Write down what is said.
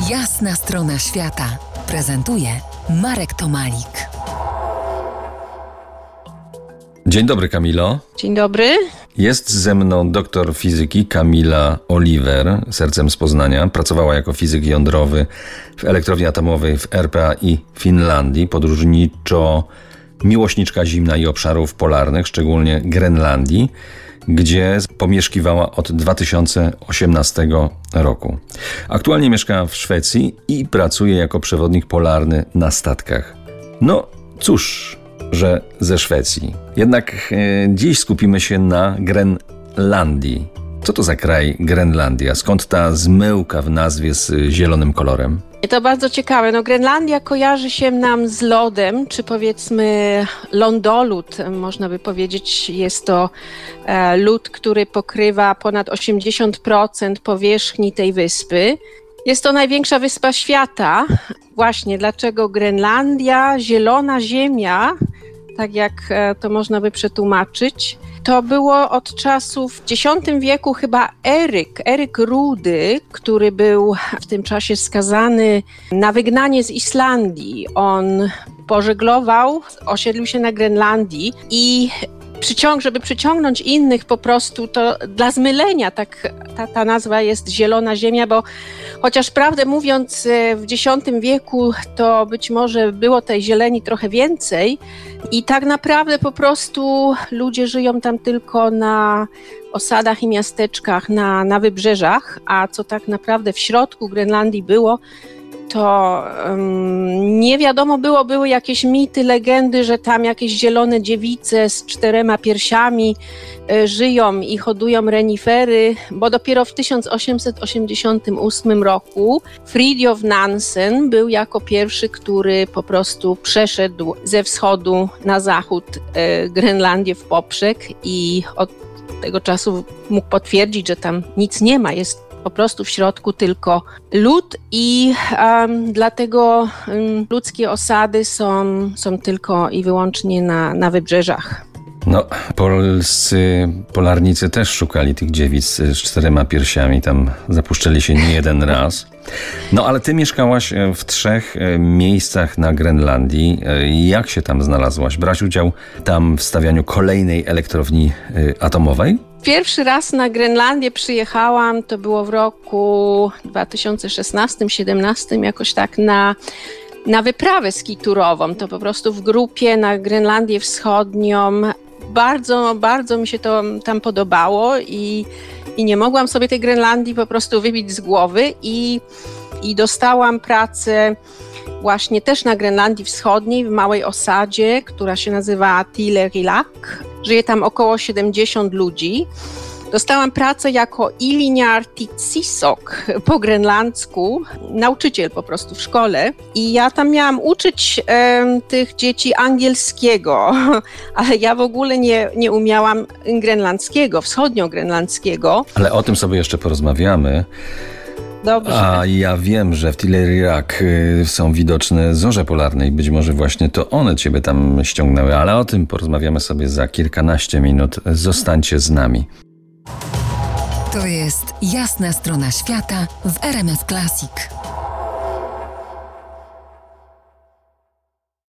Jasna strona świata prezentuje Marek Tomalik. Dzień dobry, Kamilo. Dzień dobry. Jest ze mną doktor fizyki Kamila Oliver, sercem z Poznania. Pracowała jako fizyk jądrowy w elektrowni atomowej w RPA-i Finlandii, podróżniczo miłośniczka zimna i obszarów polarnych, szczególnie Grenlandii, gdzie pomieszkiwała od 2018 roku. Aktualnie mieszka w Szwecji i pracuje jako przewodnik polarny na statkach. No cóż, że ze Szwecji. Jednak dziś skupimy się na Grenlandii. Co to za kraj Grenlandia? Skąd ta zmyłka w nazwie z zielonym kolorem? To bardzo ciekawe. Grenlandia kojarzy się nam z lodem, czy powiedzmy lądolód, można by powiedzieć. Jest to lód, który pokrywa ponad 80% powierzchni tej wyspy. Jest to największa wyspa świata. Właśnie dlaczego Grenlandia, zielona ziemia, tak jak to można by przetłumaczyć. To było od czasów w X wieku chyba Eryk Rudy, który był w tym czasie skazany na wygnanie z Islandii. On pożeglował, osiedlił się na Grenlandii i żeby przyciągnąć innych po prostu, to dla zmylenia ta nazwa jest zielona ziemia, bo chociaż prawdę mówiąc w X wieku to być może było tej zieleni trochę więcej i tak naprawdę po prostu ludzie żyją tam tylko na osadach i miasteczkach, na wybrzeżach, a co tak naprawdę w środku Grenlandii było, to nie wiadomo były jakieś mity, legendy, że tam jakieś zielone dziewice z 4 piersiami żyją i hodują renifery, bo dopiero w 1888 roku Fridtjof Nansen był jako pierwszy, który po prostu przeszedł ze wschodu na zachód Grenlandię w poprzek i od tego czasu mógł potwierdzić, że tam nic nie ma, jest po prostu w środku tylko lód i dlatego ludzkie osady są tylko i wyłącznie na wybrzeżach. Polscy polarnicy też szukali tych dziewic z 4 piersiami, tam zapuszczali się nie jeden raz. Ale ty mieszkałaś w 3 miejscach na Grenlandii. Jak się tam znalazłaś? Brałaś udział tam w stawianiu kolejnej elektrowni atomowej? Pierwszy raz na Grenlandię przyjechałam, to było w roku 2016-17, jakoś tak na wyprawę skiturową. To po prostu w grupie na Grenlandię Wschodnią. Bardzo, bardzo mi się to tam podobało i nie mogłam sobie tej Grenlandii po prostu wybić z głowy i dostałam pracę właśnie też na Grenlandii Wschodniej, w małej osadzie, która się nazywa Tillerilaq. Żyje tam około 70 ludzi. Dostałam pracę jako Iliniartitsisok po grenlandzku, nauczyciel po prostu w szkole. I ja tam miałam uczyć tych dzieci angielskiego, ale ja w ogóle nie umiałam grenlandzkiego, wschodniogrenlandzkiego. Ale o tym sobie jeszcze porozmawiamy. Dobrze. A ja wiem, że w Tillerilaq są widoczne zorze polarne i być może właśnie to one ciebie tam ściągnęły, ale o tym porozmawiamy sobie za kilkanaście minut. Zostańcie z nami. To jest Jasna strona świata w RMF Classic.